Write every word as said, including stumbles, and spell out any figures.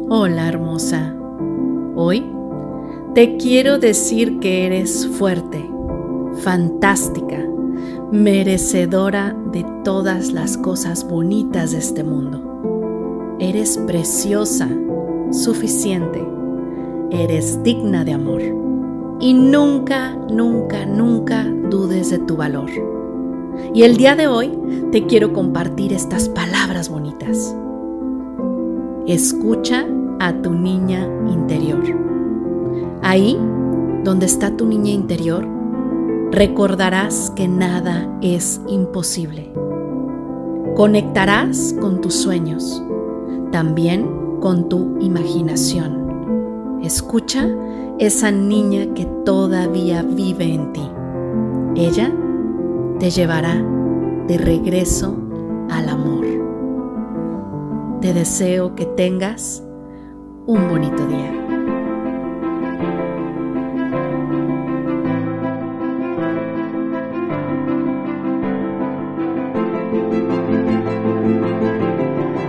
Hola, hermosa. Hoy te quiero decir que eres fuerte, fantástica, merecedora de todas las cosas bonitas de este mundo. Eres preciosa, suficiente, eres digna de amor. Y nunca, nunca, nunca dudes de tu valor. Y el día de hoy te quiero compartir estas palabras bonitas. Escucha a tu niña interior. Ahí, donde está tu niña interior, recordarás que nada es imposible. Conectarás con tus sueños, también con tu imaginación. Escucha esa niña que todavía vive en ti. Ella te llevará de regreso al amor. Te deseo que tengas un bonito día.